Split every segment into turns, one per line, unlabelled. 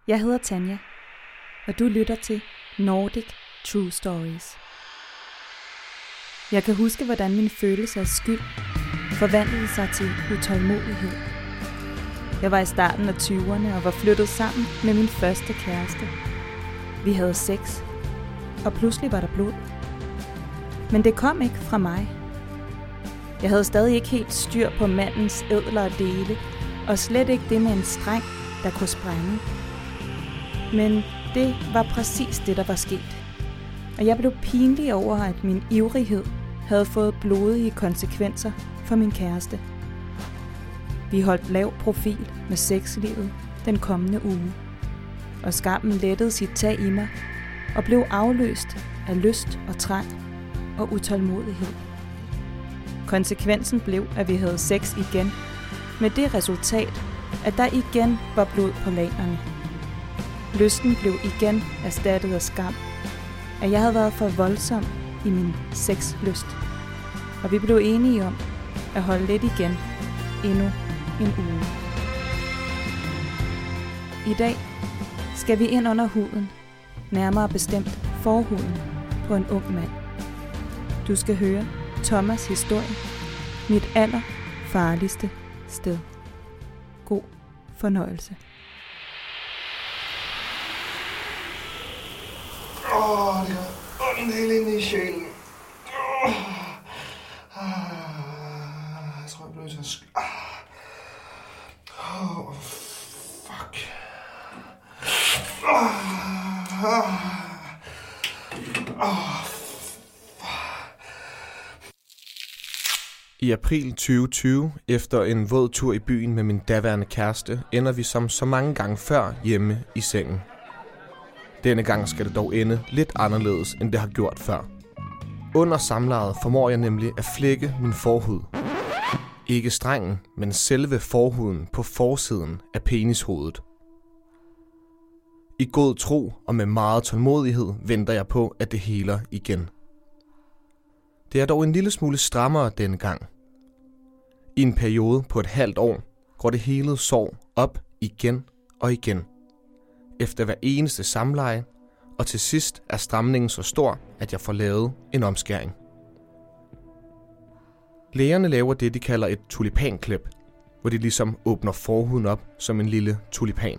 Jeg hedder Tanja, og du lytter til Nordic True Stories. Jeg kan huske, hvordan min følelse af skyld forvandlede sig til utålmodighed. Jeg var i starten af 20'erne og var flyttet sammen med min første kæreste. Vi havde sex, og pludselig var der blod. Men det kom ikke fra mig. Jeg havde stadig ikke helt styr på mandens ædlere dele, og slet ikke det med en streng, der kunne sprænge. Men det var præcis det, der var sket. Og jeg blev pinlig over, at min ivrighed havde fået blodige konsekvenser for min kæreste. Vi holdt lav profil med sexlivet den kommende uge. Og skammen lettede sit tag i mig og blev afløst af lyst og trang og utålmodighed. Konsekvensen blev, at vi havde sex igen, med det resultat, at der igen var blod på lagnerne. Lysten blev igen erstattet af skam, at jeg havde været for voldsom i min sexlyst. Og vi blev enige om at holde lidt igen endnu en uge. I dag skal vi ind under huden, nærmere bestemt forhuden på en ung mand. Du skal høre Thomas' historie, mit allerfarligste sted. God fornøjelse.
Det gør ondt helt inde i sjælen. Jeg tror, jeg bliver nødt til at fuck.
I april 2020, efter en våd tur i byen med min daværende kæreste, ender vi som så mange gange før hjemme i sengen. Denne gang skal det dog ende lidt anderledes, end det har gjort før. Under samlejet formår jeg nemlig at flække min forhud. Ikke strengen, men selve forhuden på forsiden af penishovedet. I god tro og med meget tålmodighed venter jeg på, at det heler igen. Det er dog en lille smule strammere denne gang. I en periode på et halvt år går det helede sår op igen og igen. Efter hver eneste samleje, og til sidst er stramningen så stor, at jeg får lavet en omskæring. Lægerne laver det, de kalder et tulipanklip, hvor de ligesom åbner forhuden op som en lille tulipan.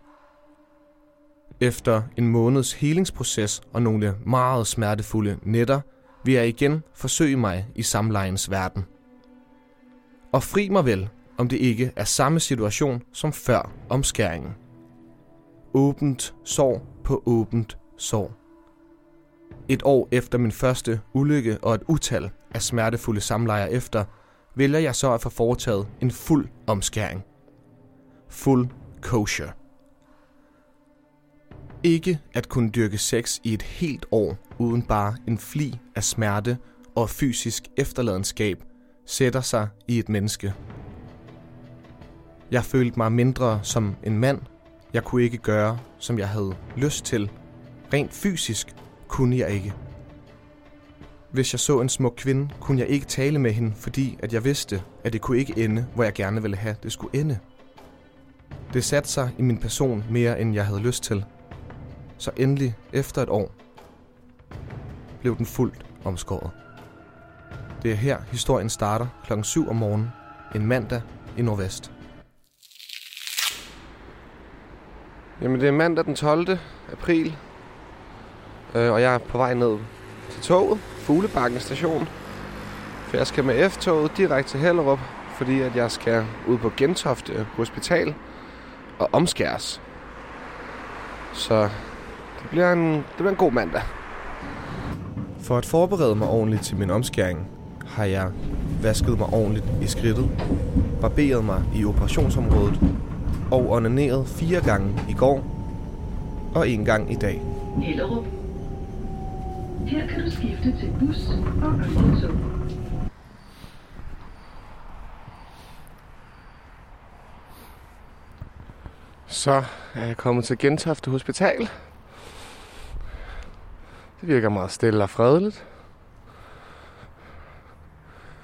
Efter en måneds helingsproces og nogle meget smertefulde nætter, vil jeg igen forsøge mig i samlejens verden. Og fri mig vel, om det ikke er samme situation som før omskæringen. Åbent sår på åbent sår. Et år efter min første ulykke og et utal af smertefulde samlejer efter, vælger jeg så at få foretaget en fuld omskæring. Full kosher. Ikke at kunne dyrke sex i et helt år uden bare en fli af smerte og fysisk efterladenskab sætter sig i et menneske. Jeg følte mig mindre som en mand. Jeg kunne ikke gøre, som jeg havde lyst til. Rent fysisk kunne jeg ikke. Hvis jeg så en smuk kvinde, kunne jeg ikke tale med hende, fordi at jeg vidste, at det kunne ikke ende, hvor jeg gerne ville have, det skulle ende. Det satte sig i min person mere, end jeg havde lyst til. Så endelig, efter et år, blev den fuldt omskåret. Det er her, historien starter klokken 7 om morgenen, en mandag i Nordvest. Jamen, det er mandag den 12. april, og jeg er på vej ned til toget, Fuglebakken station. For jeg skal med F-toget direkte til Hellerup, fordi at jeg skal ud på Gentofte Hospital og omskæres. Så det bliver en god mandag. For at forberede mig ordentligt til min omskæring, har jeg vasket mig ordentligt i skridtet, barberet mig i operationsområdet og onaneret 4 gange i går og 1 gang i dag.
Hellerup. Her kan du skifte til bus og andre tog.
Så er jeg kommet til Gentofte Hospital. Det virker meget stille og fredeligt.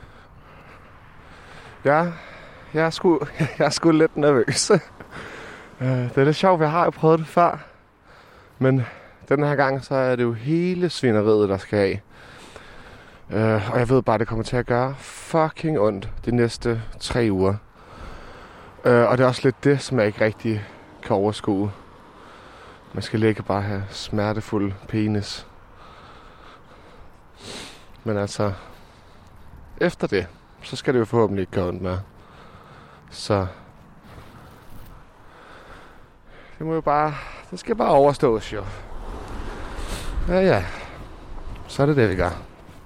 Jeg er sgu lidt nervøs. Det er lidt sjovt, jeg har jo prøvet det før. Men den her gang, så er det jo hele svineriet, der skal af. Og jeg ved bare, det kommer til at gøre fucking ondt de næste 3 uger. Og det er også lidt det, som jeg ikke rigtig kan overskue. Man skal ikke bare have smertefuld penis. Men altså, efter det, så skal det jo forhåbentlig ikke gøre ondt mere. Så det skal bare overstås jo. Ja. Så er det det, vi gør.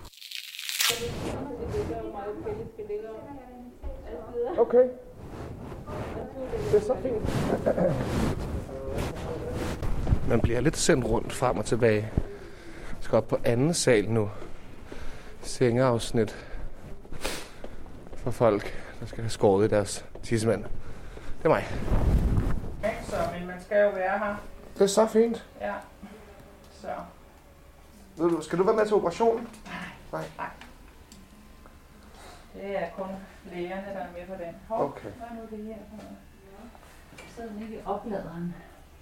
Okay. Det er så fint. Man bliver lidt sendt rundt frem og tilbage. Jeg skal op på anden sal nu. Sengeafsnit for folk, der skal have skåret i deres tissemand. Det er mig.
Så, men man skal jo være her.
Det er så fint.
Ja. Så.
Ved du, skal du være med til operationen? Nej.
Det er kun lægerne, der er med på den.
Okay.
Hvad er nu det her for noget? Så er den ikke i opladeren.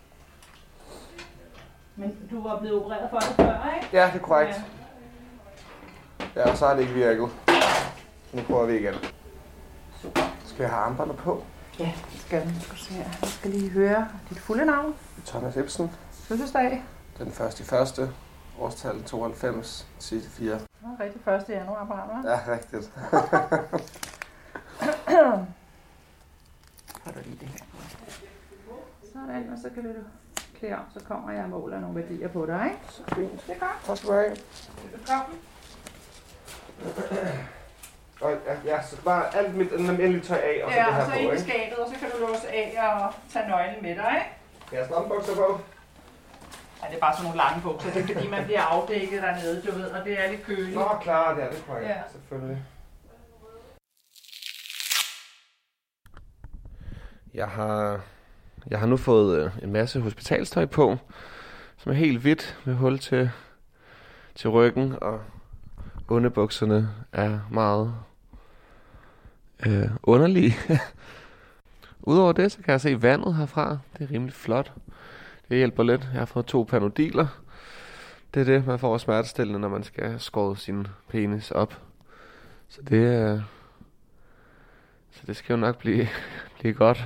Men du var blevet opereret for det før, ikke?
Ja, det er korrekt. Ja, og så har det ikke virket. Nu prøver vi igen.
Super.
Skal jeg have armbåndet på?
Ja, det skal den. Jeg skal lige høre dit fulde navn.
Thomas Ibsen.
Fødselsdag.
Den 1.1. Årstal 92, 4.
Rigtig 1. januar barn, hva'?
Ja, rigtigt.
Har du lige det her. Sådan, og så kan du klæde om, så kommer jeg og måler nogle værdier på dig, ikke?
Så fint.
Det er godt.
Tak skal du have.
Velkommen.
Og ja, så bare alt mit almindelige tøj af, og så det her
så
på,
ind i
ikke?
skabet, og så kan du låse af og tage nøglen med dig, ikke?
Skal jeg have bukser på?
Ja, det er bare sådan nogle lange bukser. Det er fordi, man bliver afdækket dernede, du ved, og det er lidt køligt.
Nå, klar, det er det korrekt,
Ja.
selvfølgelig. Jeg har nu fået en masse hospitalstøj på, som er helt hvidt med hul til ryggen, og underbukserne er meget underlige. Udover det, så kan jeg se vandet herfra. Det er rimelig flot. Det hjælper lidt. Jeg har fået 2 Panodiler. Det er det, man får smertestillende, når man skal skåre sin penis op. Så det skal jo nok blive godt.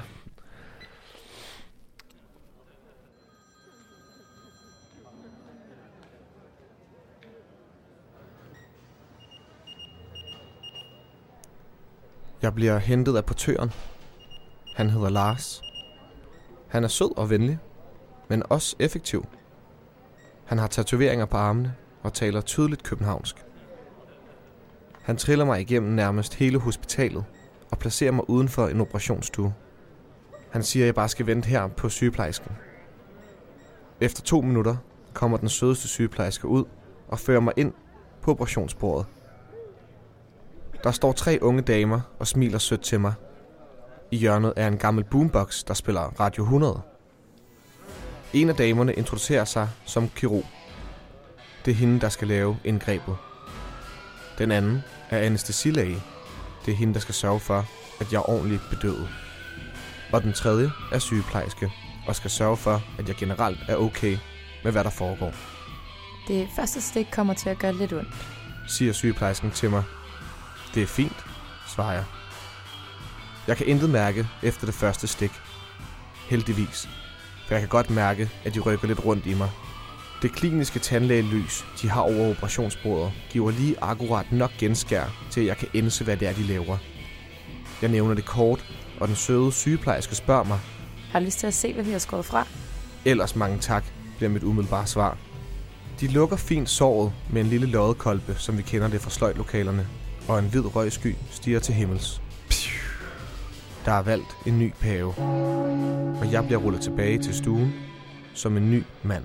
Jeg bliver hentet af portøren. Han hedder Lars. Han er sød og venlig, men også effektiv. Han har tatoveringer på armene og taler tydeligt københavnsk. Han triller mig igennem nærmest hele hospitalet og placerer mig uden for en operationsstue. Han siger, at jeg bare skal vente her på sygeplejersken. Efter 2 minutter kommer den sødeste sygeplejerske ud og fører mig ind på operationsbordet. Der står 3 unge damer og smiler sødt til mig. I hjørnet er en gammel boombox, der spiller Radio 100. En af damerne introducerer sig som kirurg. Det er hende, der skal lave indgrebet. Den anden er anæstesilæge. Det er hende, der skal sørge for, at jeg er ordentligt bedøvet. Og den tredje er sygeplejerske og skal sørge for, at jeg generelt er okay med, hvad der foregår.
Det første stik kommer til at gøre lidt ondt.
Siger sygeplejersken til mig. Det er fint, svarer jeg. Jeg kan intet mærke efter det første stik. Heldigvis. For jeg kan godt mærke, at de rykker lidt rundt i mig. Det kliniske tandlægelys, de har over operationsbordet, giver lige akkurat nok genskær til, at jeg kan indse, hvad det er, de laver. Jeg nævner det kort, og den søde sygeplejerske spørger mig.
Har lyst til at se, hvad vi har skåret fra?
Ellers mange tak, bliver mit umiddelbare svar. De lukker fint såret med en lille loddekolbe, som vi kender det fra sløjtlokalerne, og en hvid røgsky stiger til himmels. Der er valgt en ny pave, og jeg bliver rullet tilbage til stuen som en ny mand.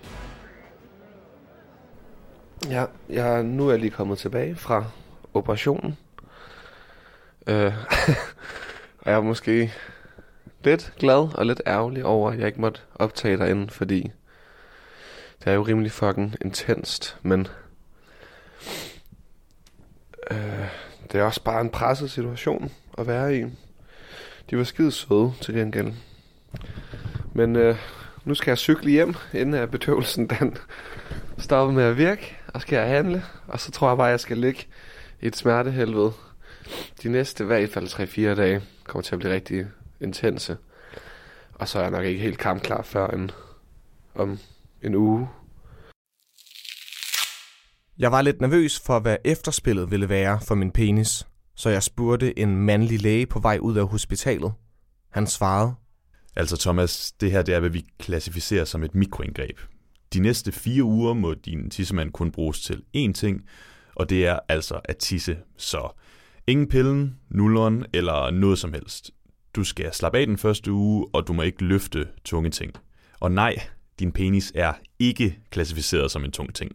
Ja, nu er jeg lige kommet tilbage fra operationen. Og jeg er måske lidt glad og lidt ærgerlig over, at jeg ikke måtte optage derinde, fordi det er jo rimelig fucking intenst, men det er også bare en presset situation at være i. De var skide søde til gengæld.
Men nu skal jeg cykle hjem, inden bedøvelsen den stopper med at virke. Og skal jeg handle. Og så tror jeg bare, at jeg skal ligge i et smertehelvede. De næste, i hvert fald 3-4 dage, kommer til at blive rigtig intense. Og så er jeg nok ikke helt kampklar før om en uge.
Jeg var lidt nervøs for, hvad efterspillet ville være for min penis, så jeg spurgte en mandlig læge på vej ud af hospitalet. Han svarede:
Altså Thomas, det her det er, hvad vi klassificerer som et mikroindgreb. De næste 4 uger må din tissemand kun bruges til én ting, og det er altså at tisse. Så ingen pillen, nulleren eller noget som helst. Du skal slappe af den første uge, og du må ikke løfte tunge ting. Og nej, din penis er ikke klassificeret som en tung ting.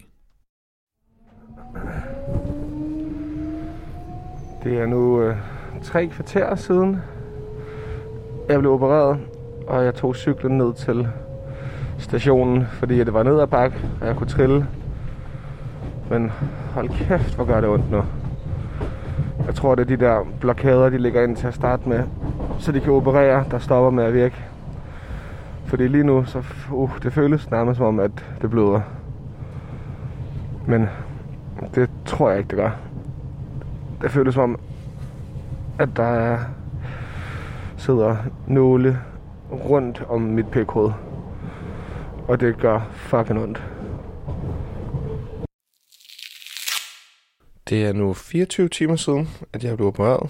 Det er nu 3 kvarter siden, jeg blev opereret, og jeg tog cyklen ned til stationen, fordi det var ned ad bakke, og jeg kunne trille. Men hold kæft, hvor gør det ondt nu. Jeg tror, det er de der blokader, de ligger ind til at starte med, så de kan operere, der stopper med at virke. Fordi lige nu, så det føles nærmest som om, at det bløder. Men det tror jeg ikke, det gør. Det føles som om, at der sidder nåle rundt om mit pikhoved. Og det gør fucking ondt. Det er nu 24 timer siden, at jeg blev opereret.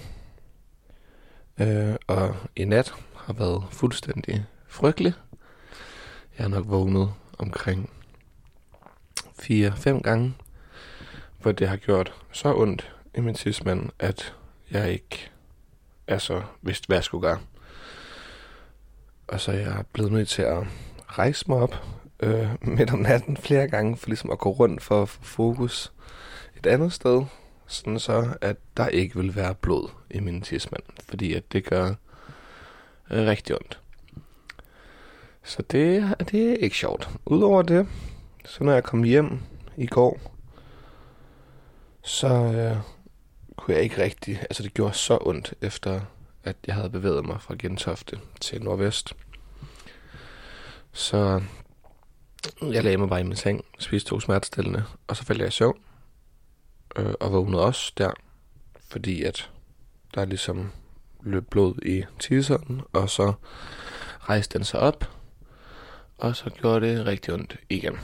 Og i nat har været fuldstændig frygtelig. Jeg har nok vågnet omkring 4-5 gange, hvor det har gjort så ondt i min tidsmand, at jeg ikke vidste, hvad jeg skulle gøre. Og så er jeg blevet nødt til at rejse mig op midt om natten flere gange, for ligesom at gå rundt for at få fokus et andet sted, sådan så, at der ikke vil være blod i min tidsmand, fordi at det gør rigtig ondt. Så det er ikke sjovt. Udover det, så når jeg kom hjem i går, så kunne jeg ikke rigtig, altså det gjorde så ondt, efter at jeg havde bevæget mig fra Gentofte til Nordvest. Så jeg lagde mig bare i min seng, spiste 2 smertestillende, og så faldt jeg i søvn. Og vågnede også der, fordi at der ligesom løb blod i tisseren, og så rejste den sig op, og så gjorde det rigtig ondt igen.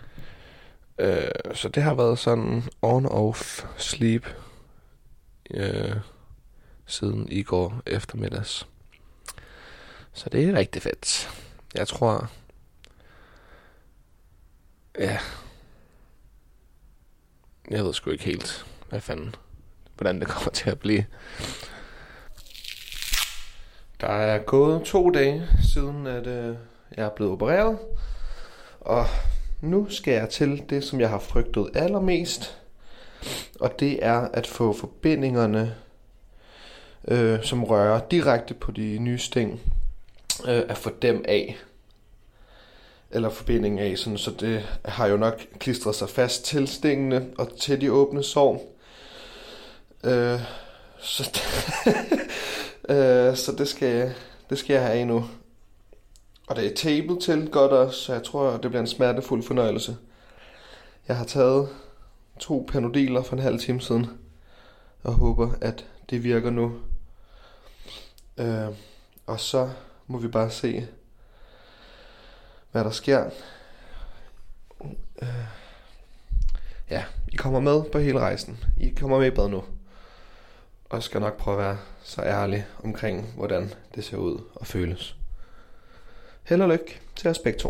Så det har været sådan on-off sleep siden i går eftermiddags. Så det er rigtig fedt. Jeg tror, jeg ved sgu ikke helt, hvordan det kommer til at blive. Der er gået 2 dage siden, at jeg er blevet opereret. Og nu skal jeg til det, som jeg har frygtet allermest. Og det er at få forbindingerne, som rører direkte på de nye sting, at få dem af. Eller forbindingen af, sådan, så det har jo nok klistret sig fast til stingene og til de åbne sår. Så det skal jeg have af nu. Og det er tapet til godt også, så jeg tror, det bliver en smertefuld fornøjelse. Jeg har taget 2 Panodiler for en halv time siden, og håber, at det virker nu. Og så må vi bare se, hvad der sker. Ja, I kommer med på hele rejsen. I kommer med i bad nu. Og skal nok prøve at være så ærlig omkring, hvordan det ser ud og føles. Held og lykke til os begge to.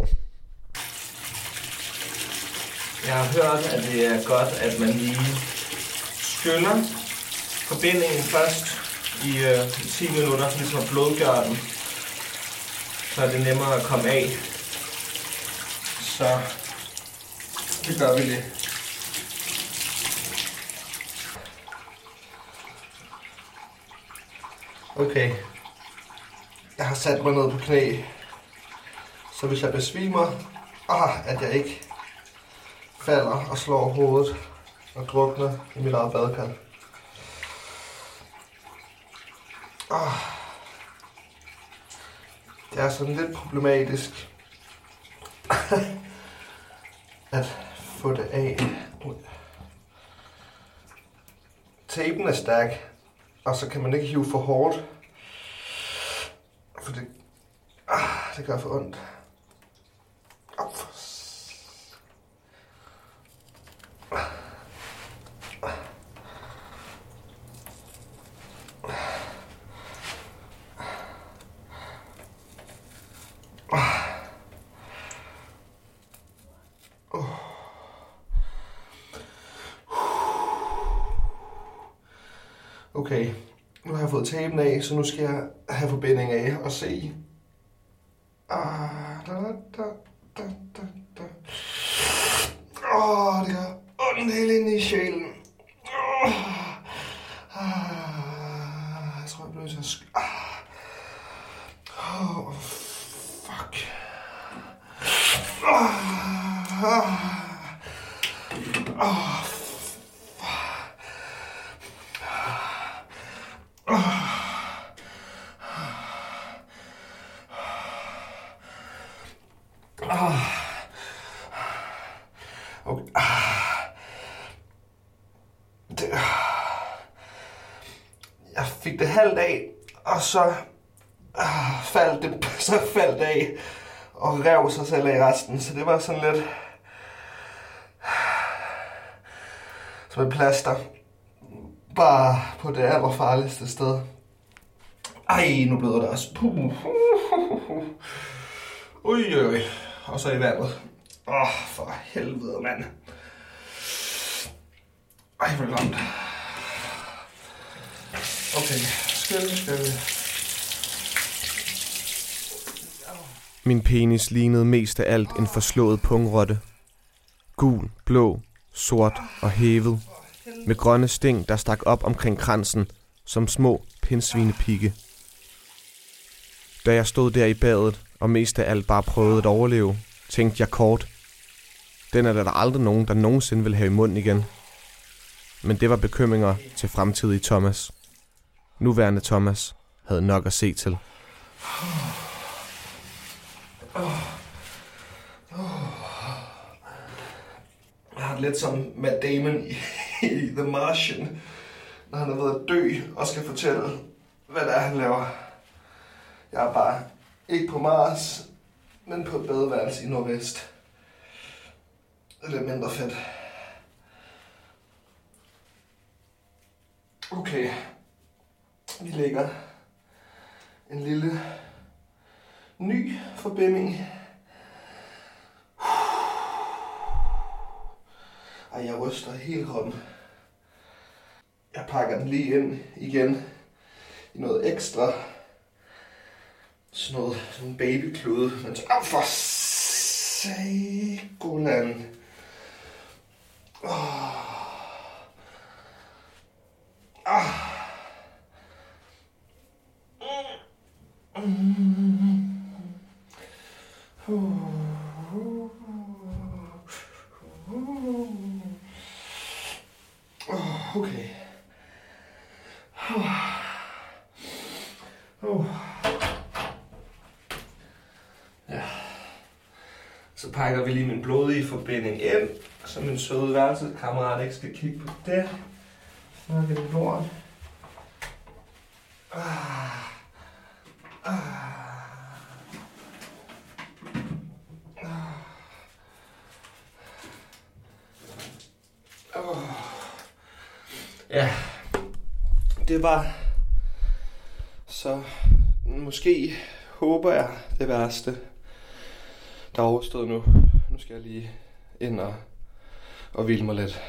Jeg har hørt, at det er godt, at man lige skyller forbindingen først i 10 minutter, ligesom at blødgøre den. Så er det nemmere at komme af. Så det gør vi lige. Okay. Jeg har sat mig ned på knæ. Så hvis jeg besvimer, at jeg ikke falder og slår hovedet og drukner i mit eget badekar.
Det er sådan lidt problematisk at få det af. Tapen er stærk, og så kan man ikke hive for hårdt, for det gør for ondt. Okay, nu har jeg fået tapen af, så nu skal jeg have forbinding af og se. Det gør ondt helt inde i sjælen. Jeg tror, jeg bliver nødt til at fuck. Okay. Jeg fik det halvt af, og så faldt det af og rev sig selv af resten. Så det var sådan lidt som et plaster. Bare på det allerfarligste sted. Ej, nu bløder det også. Ui. Og så i vandet. For helvede, mand. Ej, hvor langt. Okay, skøl.
Min penis lignede mest af alt en forslået pungrotte. Gul, blå, sort og hævet. Med grønne sting, der stak op omkring kransen, som små pindsvinepigge. Da jeg stod der i badet, og mest af alt bare prøvede at overleve, tænkte jeg kort. Den er der aldrig nogen, der nogensinde vil have i munden igen. Men det var bekymringer til fremtidige Thomas. Nuværende Thomas havde nok at se til.
Jeg har lidt som Matt Damon i The Martian, når han er ved at dø og skal fortælle, hvad det er, han laver. Jeg er bare ikke på Mars, men på et badeværelse i Nordvest. Lidt mindre fedt. Okay. Vi lægger en lille ny forbinding. Ej, jeg ryster hele kroppen. Jeg pakker den lige ind igen i noget ekstra. Sådan en babyklude. Men så, for Sagoland. Okay. Ja. Så pakker vi lige min blodige forbinding ind, så min søde værelsekammerat ikke skal kigge på det. Så er det lort. Ja, det var så måske håber jeg det værste, der er overstået nu. Nu skal jeg lige ind og hvile mig lidt.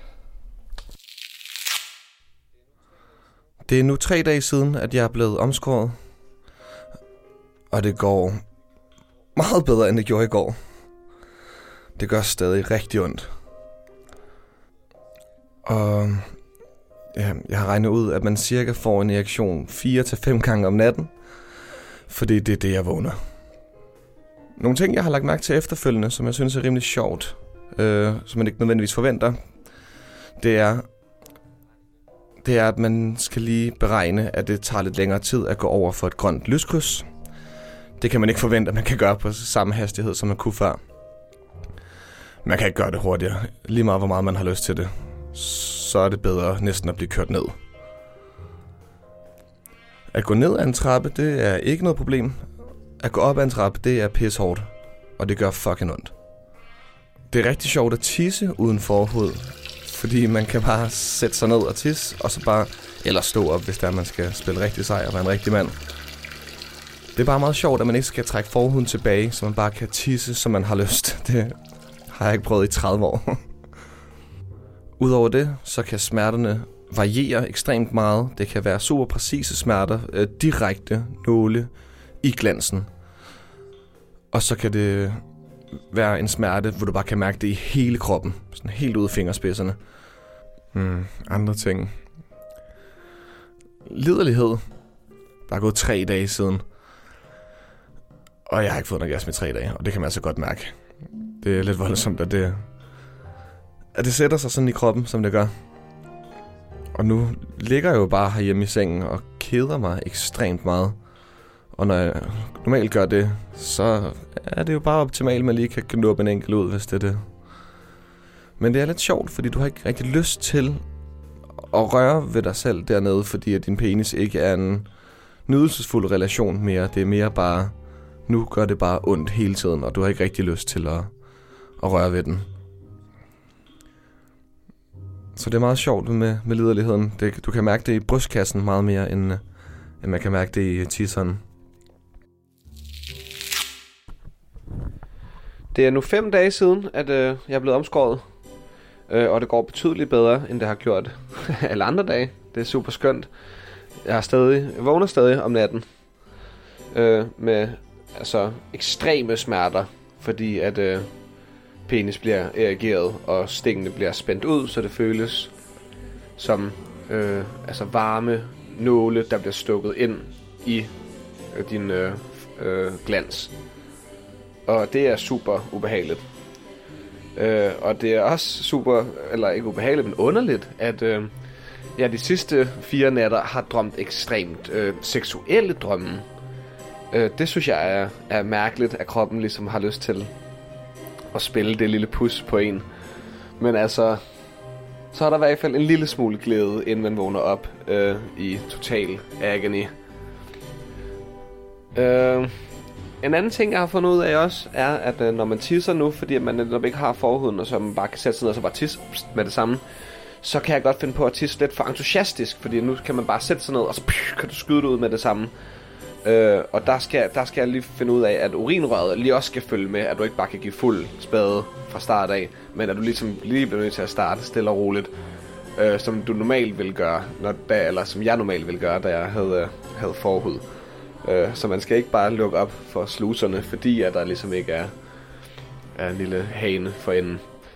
Det er nu 3 dage siden, at jeg er blevet omskåret. Og det går meget bedre, end det gjorde i går. Det gør stadig rigtig ondt. Og ja, jeg har regnet ud, at man cirka får en erektion 4-5 gange om natten. Fordi det er det, jeg vågner. Nogle ting, jeg har lagt mærke til efterfølgende, som jeg synes er rimelig sjovt, som man ikke nødvendigvis forventer, det er, at man skal lige beregne, at det tager lidt længere tid at gå over for et grønt lyskryds. Det kan man ikke forvente, at man kan gøre på samme hastighed, som man kunne før. Man kan ikke gøre det hurtigere. Lige meget, hvor meget man har lyst til det. Så er det bedre næsten at blive kørt ned. At gå ned ad en trappe, det er ikke noget problem. At gå op ad en trappe, det er pishårdt. Og det gør fucking ondt. Det er rigtig sjovt at tisse uden forhud. Fordi man kan bare sætte sig ned og tisse, og så bare... Eller stå op, hvis der man skal spille rigtig sej og være en rigtig mand. Det er bare meget sjovt, at man ikke skal trække forhuden tilbage, så man bare kan tisse, som man har lyst. Det har jeg ikke prøvet i 30 år. Udover det, så kan smerterne variere ekstremt meget. Det kan være super præcise smerter, direkte nåle i glansen. Og så kan det være en smerte, hvor du bare kan mærke det i hele kroppen. Sådan helt ud af fingerspidserne. Andre ting. Liderlighed. Der er gået 3 dage siden. Og jeg har ikke fået en orgasme i 3 dage, og det kan man altså godt mærke. Det er lidt voldsomt, at det sætter sig sådan i kroppen, som det gør. Og nu ligger jeg jo bare herhjemme i sengen og keder mig ekstremt meget. Og når jeg normalt gør det, så er det jo bare optimalt, at man lige kan knuppe en enkelt ud, hvis det er det. Men det er lidt sjovt, fordi du har ikke rigtig lyst til at røre ved dig selv dernede, fordi at din penis ikke er en nydelsesfuld relation mere. Det er mere bare, nu gør det bare ondt hele tiden, og du har ikke rigtig lyst til at røre ved den. Så det er meget sjovt med liderligheden. Du kan mærke det i brystkassen meget mere, end man kan mærke det i tisseren.
Det er nu 5 dage siden, at jeg er blevet omskåret. Og det går betydeligt bedre, end det har gjort alle andre dage. Det er super skønt. Jeg vågner stadig om natten. Med ekstreme smerter. Fordi at penis bliver erigeret, og stingene bliver spændt ud, så det føles som varme nåle, der bliver stukket ind i din glans. Og det er super ubehageligt. Og det er også super, eller ikke ubehageligt, men underligt, at jeg de sidste 4 nætter har drømt ekstremt seksuelle drømme. Det synes jeg er mærkeligt, at kroppen ligesom har lyst til at spille det lille pus på en. Men altså, så er der i hvert fald en lille smule glæde, inden man vågner op i total agony. En anden ting, jeg har fundet ud af også, er, at når man tisser nu, fordi man netop ikke har forhuden, og så man bare kan sætte sig ned og så bare tisse med det samme, så kan jeg godt finde på at tisse lidt for entusiastisk, fordi nu kan man bare sætte sig ned, og så kan du skyde det ud med det samme. Og der skal jeg lige finde ud af, at urinrøret lige også skal følge med, at du ikke bare kan give fuld spade fra start af, men at du ligesom lige bliver nødt til at starte stille og roligt, som du normalt ville gøre, eller som jeg normalt ville gøre, da jeg havde forhud. Så man skal ikke bare lukke op for sluserne, fordi at der ligesom ikke er en lille hane for enden.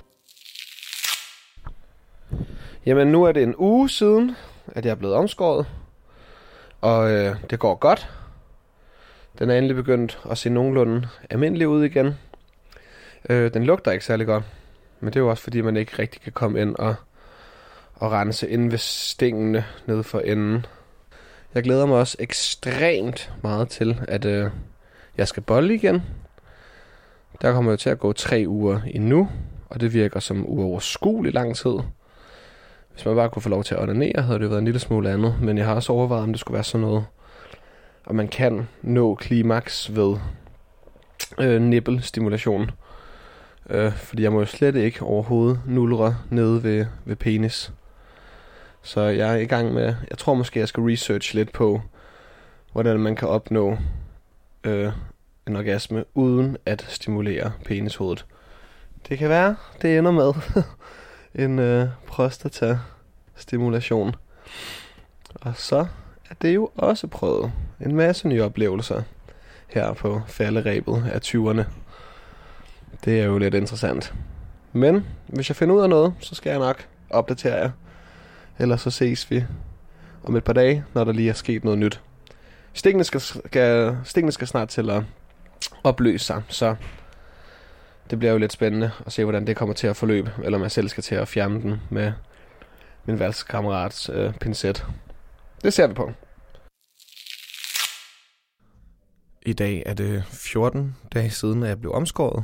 Jamen nu er det en uge siden, at jeg er blevet omskåret. Og det går godt. Den er endelig begyndt at se nogenlunde almindelig ud igen. Den lugter ikke særlig godt. Men det er jo også fordi, man ikke rigtig kan komme ind og rense inde ved stingene nede for enden. Jeg glæder mig også ekstremt meget til, at jeg skal bolle igen. Der kommer jo til at gå 3 uger endnu, og det virker som uoverskuelig lang tid. Hvis man bare kunne få lov til at onanere, havde det været en lille smule andet. Men jeg har også overvejet, om det skulle være sådan noget, og man kan nå klimaks ved nippelstimulation. Fordi jeg må jo slet ikke overhovedet nulre nede ved penis. Så jeg er i gang med, jeg tror måske, jeg skal researche lidt på, hvordan man kan opnå en orgasme uden at stimulere penishovedet. Det kan være, det ender med en prostata-stimulation. Og så er det jo også prøvet en masse nye oplevelser her på falderebet af 20'erne. Det er jo lidt interessant. Men hvis jeg finder ud af noget, så skal jeg nok opdatere jer. Ellers så ses vi om et par dage, når der lige er sket noget nyt. Stikkene skal snart til at opløse sig, så det bliver jo lidt spændende at se, hvordan det kommer til at forløbe. Eller om jeg selv skal til at fjerne den med min valgskammerats pincet. Det ser vi på.
I dag er det 14 dage siden, at jeg blev omskåret.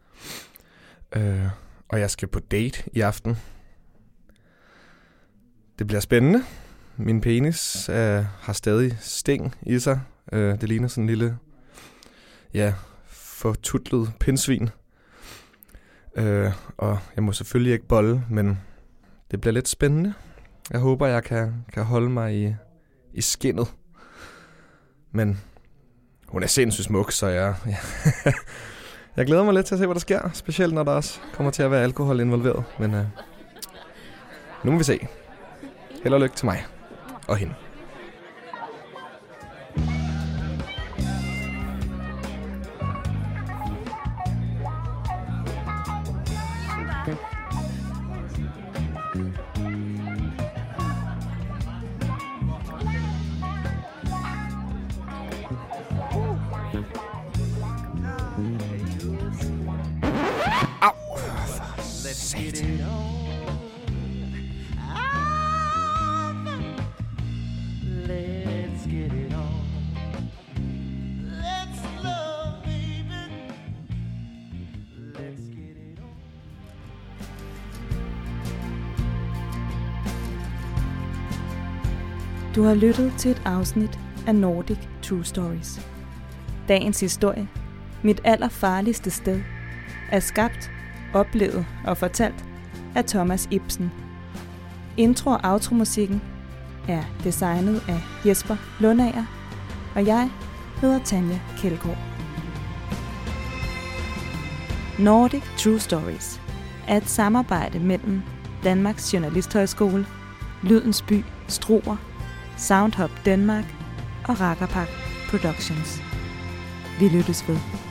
Og jeg skal på date i aften. Det bliver spændende. Min penis har stadig sting i sig. Det ligner sådan en lille, fortutlet pindsvin. Og jeg må selvfølgelig ikke bolle, men det bliver lidt spændende. Jeg håber, jeg kan holde mig i skindet. Men hun er sindssygt smuk, så jeg glæder mig lidt til at se, hvad der sker. Specielt når der også kommer til at være alkohol involveret. Men nu må vi se. Held og lykke til mig og hende.
Du har lyttet til et afsnit af Nordic True Stories. Dagens historie, mit allerfarligste sted, er skabt, oplevet og fortalt af Thomas Ibsen. Intro- og outro-musikken er designet af Jesper Lundager, og jeg hedder Tanja Kjeldgaard. Nordic True Stories er et samarbejde mellem Danmarks Journalisthøjskole, Lydens By, Struer, Soundhop Danmark og Rakkerpak Productions. Vi lyttes ved.